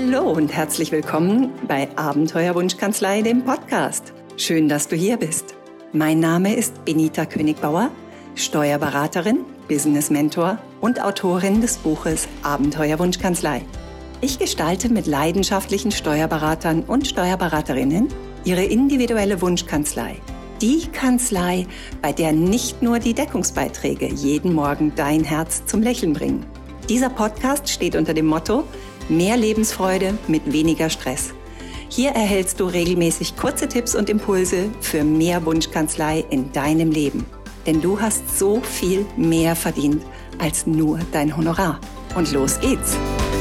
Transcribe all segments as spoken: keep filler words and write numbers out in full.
Hallo und herzlich willkommen bei Abenteuerwunschkanzlei, dem Podcast. Schön, dass du hier bist. Mein Name ist Benita Königbauer, Steuerberaterin, Business Mentor und Autorin des Buches Abenteuerwunschkanzlei. Ich gestalte mit leidenschaftlichen Steuerberatern und Steuerberaterinnen ihre individuelle Wunschkanzlei. Die Kanzlei, bei der nicht nur die Deckungsbeiträge jeden Morgen dein Herz zum Lächeln bringen. Dieser Podcast steht unter dem Motto: Mehr Lebensfreude mit weniger Stress. Hier erhältst du regelmäßig kurze Tipps und Impulse für mehr Wunschkanzlei in deinem Leben. Denn du hast so viel mehr verdient als nur dein Honorar. Und los geht's!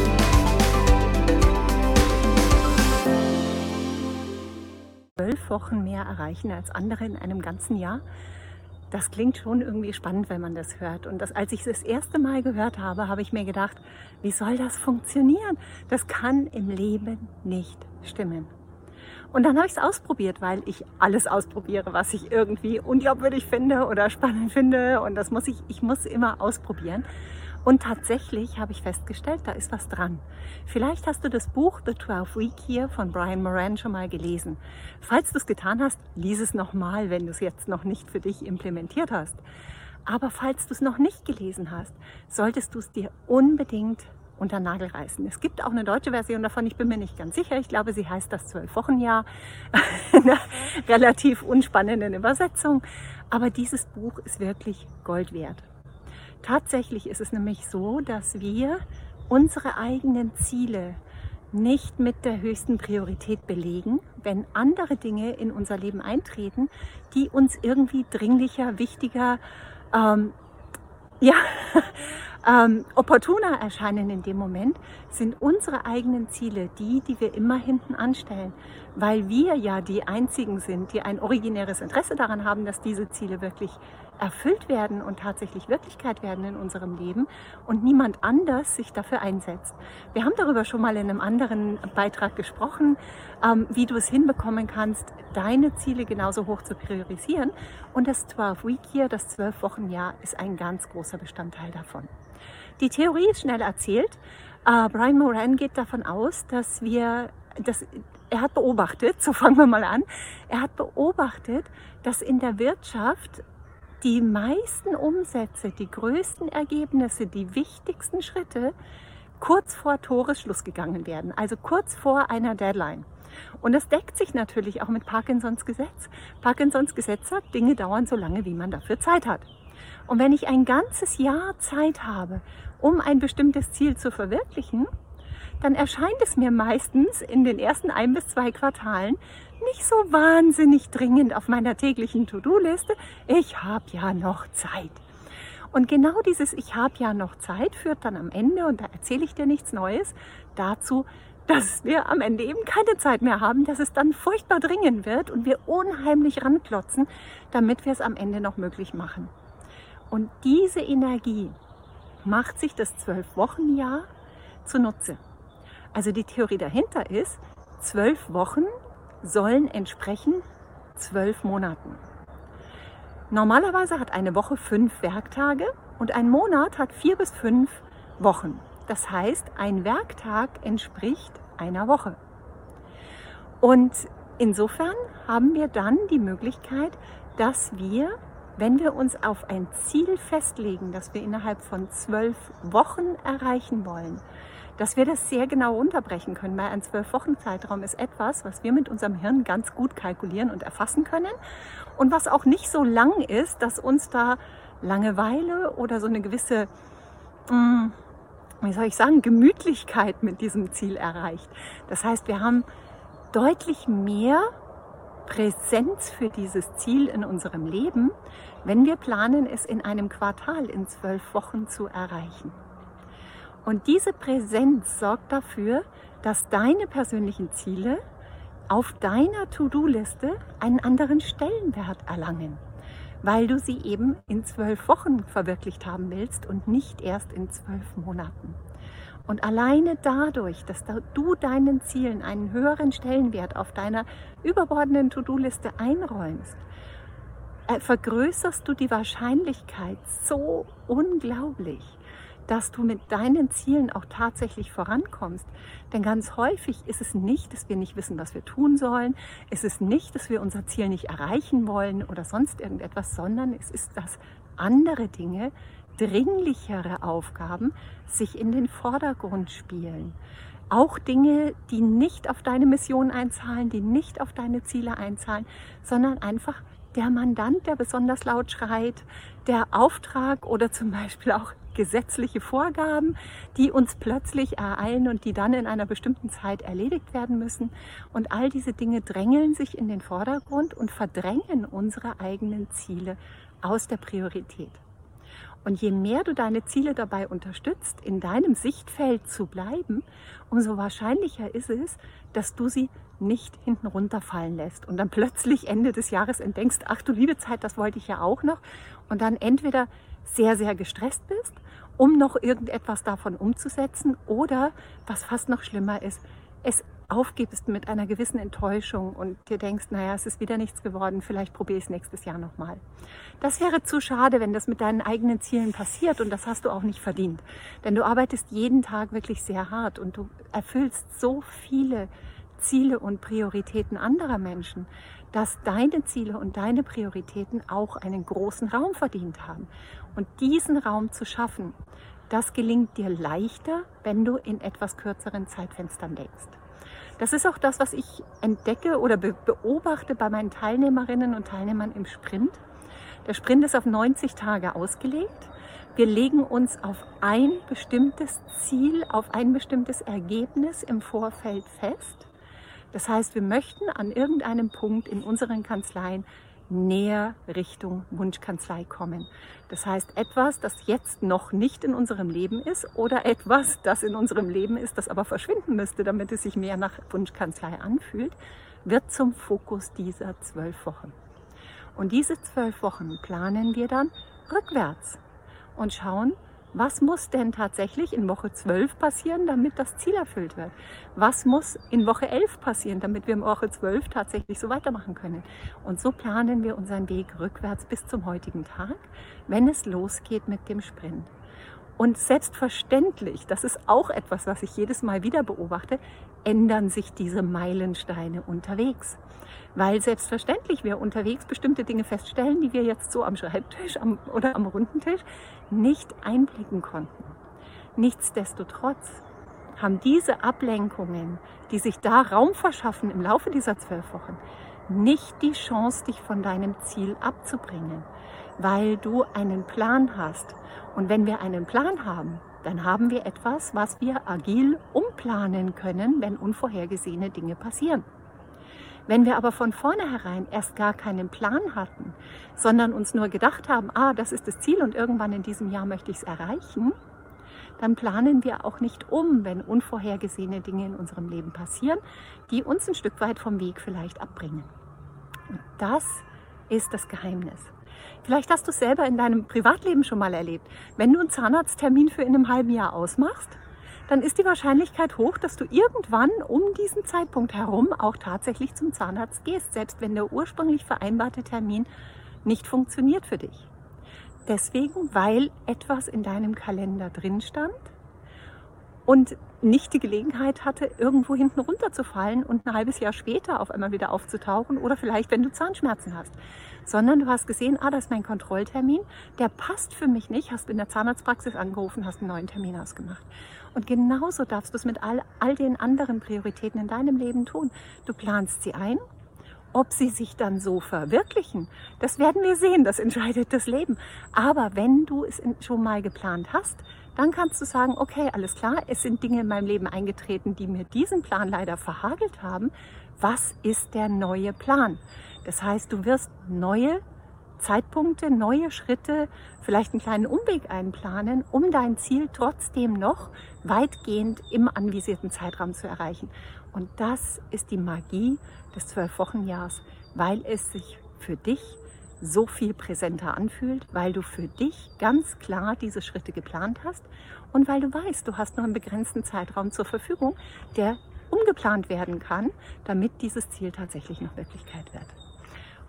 Zwölf Wochen mehr erreichen als andere in einem ganzen Jahr. Das klingt schon irgendwie spannend, wenn man das hört. Und das, als ich es das erste Mal gehört habe, habe ich mir gedacht, wie soll das funktionieren? Das kann im Leben nicht stimmen. Und dann habe ich es ausprobiert, weil ich alles ausprobiere, was ich irgendwie unglaubwürdig finde oder spannend finde. Und das muss ich, ich muss immer ausprobieren. Und tatsächlich habe ich festgestellt, da ist was dran. Vielleicht hast du das Buch The twelve Week Year von Brian Moran schon mal gelesen. Falls du es getan hast, lies es nochmal, wenn du es jetzt noch nicht für dich implementiert hast. Aber falls du es noch nicht gelesen hast, solltest du es dir unbedingt unter den Nagel reißen. Es gibt auch eine deutsche Version davon, ich bin mir nicht ganz sicher. Ich glaube, sie heißt das Zwölf-Wochen-Jahr. Eine relativ unspannende Übersetzung. Aber dieses Buch ist wirklich Gold wert. Tatsächlich ist es nämlich so, dass wir unsere eigenen Ziele nicht mit der höchsten Priorität belegen, wenn andere Dinge in unser Leben eintreten, die uns irgendwie dringlicher, wichtiger, ähm, ja, ähm, opportuner erscheinen in dem Moment, sind unsere eigenen Ziele die, die wir immer hinten anstellen, weil wir ja die einzigen sind, die ein originäres Interesse daran haben, dass diese Ziele wirklich erfüllt werden und tatsächlich Wirklichkeit werden in unserem Leben und niemand anders sich dafür einsetzt. Wir haben darüber schon mal in einem anderen Beitrag gesprochen, ähm, wie du es hinbekommen kannst, deine Ziele genauso hoch zu priorisieren. Und das twelve Week Year, das zwölf-Wochen-Jahr, ist ein ganz großer Bestandteil davon. Die Theorie ist schnell erzählt. Äh, Brian Moran geht davon aus, dass wir, dass, er hat beobachtet, so fangen wir mal an, er hat beobachtet, dass in der Wirtschaft die meisten Umsätze, die größten Ergebnisse, die wichtigsten Schritte kurz vor Toresschluss gegangen werden, also kurz vor einer Deadline. Und das deckt sich natürlich auch mit Parkinsons Gesetz. Parkinsons Gesetz sagt, Dinge dauern so lange, wie man dafür Zeit hat. Und wenn ich ein ganzes Jahr Zeit habe, um ein bestimmtes Ziel zu verwirklichen, dann erscheint es mir meistens in den ersten ein bis zwei Quartalen nicht so wahnsinnig dringend auf meiner täglichen To-Do-Liste. Ich habe ja noch Zeit. Und genau dieses Ich habe ja noch Zeit führt dann am Ende, und da erzähle ich dir nichts Neues, dazu, dass wir am Ende eben keine Zeit mehr haben, dass es dann furchtbar dringend wird und wir unheimlich ranklotzen, damit wir es am Ende noch möglich machen. Und diese Energie macht sich das zwölf-Wochen-Jahr zunutze. Also die Theorie dahinter ist, zwölf Wochen sollen entsprechen zwölf Monaten. Normalerweise hat eine Woche fünf Werktage und ein Monat hat vier bis fünf Wochen. Das heißt, ein Werktag entspricht einer Woche. Und insofern haben wir dann die Möglichkeit, dass wir, wenn wir uns auf ein Ziel festlegen, das wir innerhalb von zwölf Wochen erreichen wollen, dass wir das sehr genau runterbrechen können, weil ein zwölf-Wochen-Zeitraum ist etwas, was wir mit unserem Hirn ganz gut kalkulieren und erfassen können und was auch nicht so lang ist, dass uns da Langeweile oder so eine gewisse, wie soll ich sagen, Gemütlichkeit mit diesem Ziel erreicht. Das heißt, wir haben deutlich mehr Präsenz für dieses Ziel in unserem Leben, wenn wir planen, es in einem Quartal in zwölf Wochen zu erreichen. Und diese Präsenz sorgt dafür, dass deine persönlichen Ziele auf deiner To-Do-Liste einen anderen Stellenwert erlangen, weil du sie eben in zwölf Wochen verwirklicht haben willst und nicht erst in zwölf Monaten. Und alleine dadurch, dass du deinen Zielen einen höheren Stellenwert auf deiner überbordenden To-Do-Liste einräumst, vergrößerst du die Wahrscheinlichkeit so unglaublich, dass du mit deinen Zielen auch tatsächlich vorankommst. Denn ganz häufig ist es nicht, dass wir nicht wissen, was wir tun sollen. Es ist nicht, dass wir unser Ziel nicht erreichen wollen oder sonst irgendetwas, sondern es ist, dass andere Dinge, dringlichere Aufgaben sich in den Vordergrund spielen. Auch Dinge, die nicht auf deine Mission einzahlen, die nicht auf deine Ziele einzahlen, sondern einfach der Mandant, der besonders laut schreit, der Auftrag oder zum Beispiel auch gesetzliche Vorgaben, die uns plötzlich ereilen und die dann in einer bestimmten Zeit erledigt werden müssen. Und all diese Dinge drängeln sich in den Vordergrund und verdrängen unsere eigenen Ziele aus der Priorität. Und je mehr du deine Ziele dabei unterstützt, in deinem Sichtfeld zu bleiben, umso wahrscheinlicher ist es, dass du sie nicht hinten runterfallen lässt und dann plötzlich Ende des Jahres entdenkst, ach du liebe Zeit, das wollte ich ja auch noch, und dann entweder sehr, sehr gestresst bist, um noch irgendetwas davon umzusetzen, oder, was fast noch schlimmer ist, es aufgibst mit einer gewissen Enttäuschung und dir denkst, naja, es ist wieder nichts geworden, vielleicht probiere ich es nächstes Jahr nochmal. Das wäre zu schade, wenn das mit deinen eigenen Zielen passiert, und das hast du auch nicht verdient. Denn du arbeitest jeden Tag wirklich sehr hart und du erfüllst so viele Ziele und Prioritäten anderer Menschen, dass deine Ziele und deine Prioritäten auch einen großen Raum verdient haben. Und diesen Raum zu schaffen, das gelingt dir leichter, wenn du in etwas kürzeren Zeitfenstern denkst. Das ist auch das, was ich entdecke oder beobachte bei meinen Teilnehmerinnen und Teilnehmern im Sprint. Der Sprint ist auf neunzig Tage ausgelegt. Wir legen uns auf ein bestimmtes Ziel, auf ein bestimmtes Ergebnis im Vorfeld fest. Das heißt, wir möchten an irgendeinem Punkt in unseren Kanzleien näher Richtung Wunschkanzlei kommen. Das heißt, etwas, das jetzt noch nicht in unserem Leben ist, oder etwas, das in unserem Leben ist, das aber verschwinden müsste, damit es sich mehr nach Wunschkanzlei anfühlt, wird zum Fokus dieser zwölf Wochen. Und diese zwölf Wochen planen wir dann rückwärts und schauen, was muss denn tatsächlich in Woche zwölf passieren, damit das Ziel erfüllt wird? Was muss in Woche elf passieren, damit wir in Woche zwölf tatsächlich so weitermachen können? Und so planen wir unseren Weg rückwärts bis zum heutigen Tag, wenn es losgeht mit dem Sprint. Und selbstverständlich, das ist auch etwas, was ich jedes Mal wieder beobachte, ändern sich diese Meilensteine unterwegs. Weil selbstverständlich wir unterwegs bestimmte Dinge feststellen, die wir jetzt so am Schreibtisch am, oder am runden Tisch nicht einblicken konnten. Nichtsdestotrotz haben diese Ablenkungen, die sich da Raum verschaffen im Laufe dieser zwölf Wochen, nicht die Chance, dich von deinem Ziel abzubringen, weil du einen Plan hast. Und wenn wir einen Plan haben, dann haben wir etwas, was wir agil umplanen können, wenn unvorhergesehene Dinge passieren. Wenn wir aber von vornherein erst gar keinen Plan hatten, sondern uns nur gedacht haben, ah, das ist das Ziel und irgendwann in diesem Jahr möchte ich es erreichen, dann planen wir auch nicht um, wenn unvorhergesehene Dinge in unserem Leben passieren, die uns ein Stück weit vom Weg vielleicht abbringen. Und das ist das Geheimnis. Vielleicht hast du es selber in deinem Privatleben schon mal erlebt. Wenn du einen Zahnarzttermin für in einem halben Jahr ausmachst, dann ist die Wahrscheinlichkeit hoch, dass du irgendwann um diesen Zeitpunkt herum auch tatsächlich zum Zahnarzt gehst, selbst wenn der ursprünglich vereinbarte Termin nicht funktioniert für dich. Deswegen, weil etwas in deinem Kalender drin stand und nicht die Gelegenheit hatte, irgendwo hinten runterzufallen und ein halbes Jahr später auf einmal wieder aufzutauchen, oder vielleicht, wenn du Zahnschmerzen hast. Sondern du hast gesehen, ah, das ist mein Kontrolltermin, der passt für mich nicht, hast in der Zahnarztpraxis angerufen, hast einen neuen Termin ausgemacht. Und genauso darfst du es mit all, all den anderen Prioritäten in deinem Leben tun. Du planst sie ein. Ob sie sich dann so verwirklichen, das werden wir sehen, das entscheidet das Leben. Aber wenn du es schon mal geplant hast, dann kannst du sagen, okay, alles klar, es sind Dinge in meinem Leben eingetreten, die mir diesen Plan leider verhagelt haben. Was ist der neue Plan? Das heißt, du wirst neue Zeitpunkte, neue Schritte, vielleicht einen kleinen Umweg einplanen, um dein Ziel trotzdem noch weitgehend im anvisierten Zeitraum zu erreichen. Und das ist die Magie des Zwölf-Wochen-Jahres, weil es sich für dich so viel präsenter anfühlt, weil du für dich ganz klar diese Schritte geplant hast und weil du weißt, du hast nur einen begrenzten Zeitraum zur Verfügung, der umgeplant werden kann, damit dieses Ziel tatsächlich noch Wirklichkeit wird.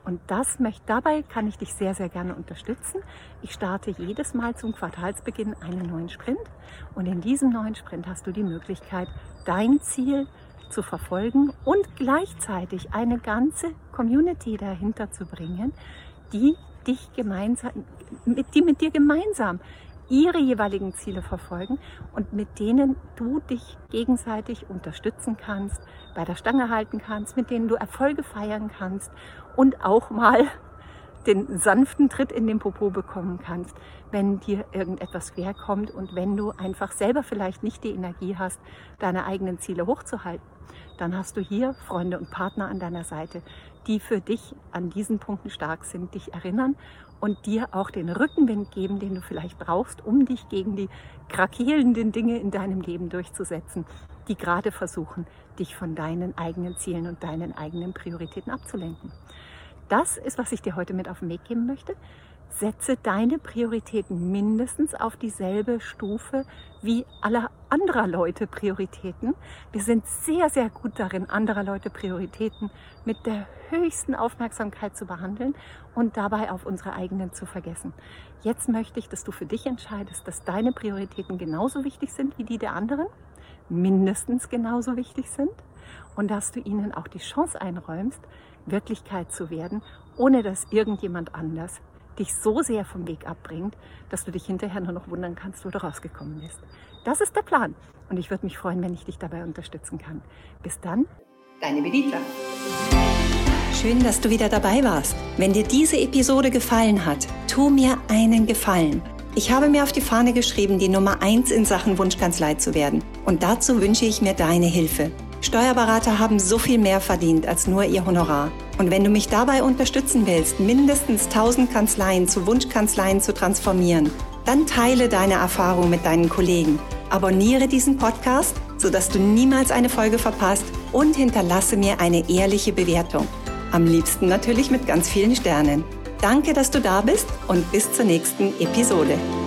Und das möchte, dabei kann ich dich sehr, sehr gerne unterstützen. Ich starte jedes Mal zum Quartalsbeginn einen neuen Sprint. Und in diesem neuen Sprint hast du die Möglichkeit, dein Ziel zu verfolgen und gleichzeitig eine ganze Community dahinter zu bringen, die dich gemeinsam, mit, die mit dir gemeinsam ihre jeweiligen Ziele verfolgen und mit denen du dich gegenseitig unterstützen kannst, bei der Stange halten kannst, mit denen du Erfolge feiern kannst und auch mal den sanften Tritt in den Popo bekommen kannst, wenn dir irgendetwas schwer kommt und wenn du einfach selber vielleicht nicht die Energie hast, deine eigenen Ziele hochzuhalten. Dann hast du hier Freunde und Partner an deiner Seite, die für dich an diesen Punkten stark sind, dich erinnern und dir auch den Rückenwind geben, den du vielleicht brauchst, um dich gegen die krakelnden Dinge in deinem Leben durchzusetzen, die gerade versuchen, dich von deinen eigenen Zielen und deinen eigenen Prioritäten abzulenken. Das ist, was ich dir heute mit auf den Weg geben möchte. Setze deine Prioritäten mindestens auf dieselbe Stufe wie aller anderer Leute Prioritäten. Wir sind sehr, sehr gut darin, anderer Leute Prioritäten mit der höchsten Aufmerksamkeit zu behandeln und dabei auf unsere eigenen zu vergessen. Jetzt möchte ich, dass du für dich entscheidest, dass deine Prioritäten genauso wichtig sind wie die der anderen, mindestens genauso wichtig sind und dass du ihnen auch die Chance einräumst, Wirklichkeit zu werden, ohne dass irgendjemand anders dich so sehr vom Weg abbringt, dass du dich hinterher nur noch wundern kannst, wo du rausgekommen bist. Das ist der Plan und ich würde mich freuen, wenn ich dich dabei unterstützen kann. Bis dann, deine Benita. Schön, dass du wieder dabei warst. Wenn dir diese Episode gefallen hat, tu mir einen Gefallen. Ich habe mir auf die Fahne geschrieben, die Nummer eins in Sachen Wunschkanzlei zu werden. Und dazu wünsche ich mir deine Hilfe. Steuerberater haben so viel mehr verdient als nur ihr Honorar. Und wenn du mich dabei unterstützen willst, mindestens tausend Kanzleien zu Wunschkanzleien zu transformieren, dann teile deine Erfahrung mit deinen Kollegen. Abonniere diesen Podcast, sodass du niemals eine Folge verpasst und hinterlasse mir eine ehrliche Bewertung. Am liebsten natürlich mit ganz vielen Sternen. Danke, dass du da bist und bis zur nächsten Episode.